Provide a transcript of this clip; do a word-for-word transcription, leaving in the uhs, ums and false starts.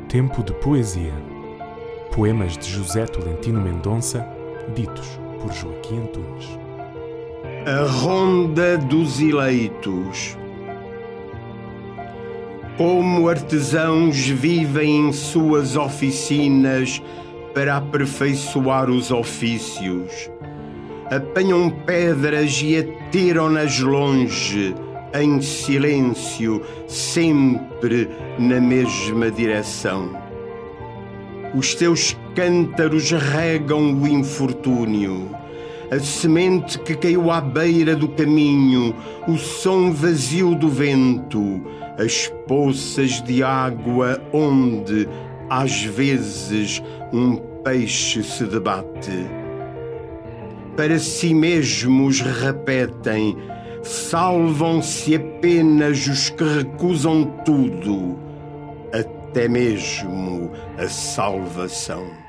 Tempo de poesia. Poemas de José Tolentino Mendonça, ditos por Joaquim Antunes. A Ronda dos Eleitos. Como artesãos vivem em suas oficinas para aperfeiçoar os ofícios. Apanham pedras e atiram-nas longe, em silêncio, sempre na mesma direção. Os teus cântaros regam o infortúnio, a semente que caiu à beira do caminho, o som vazio do vento, as poças de água onde, às vezes, um peixe se debate. Para si mesmos repetem, salvam-se apenas os que recusam tudo, até mesmo a salvação.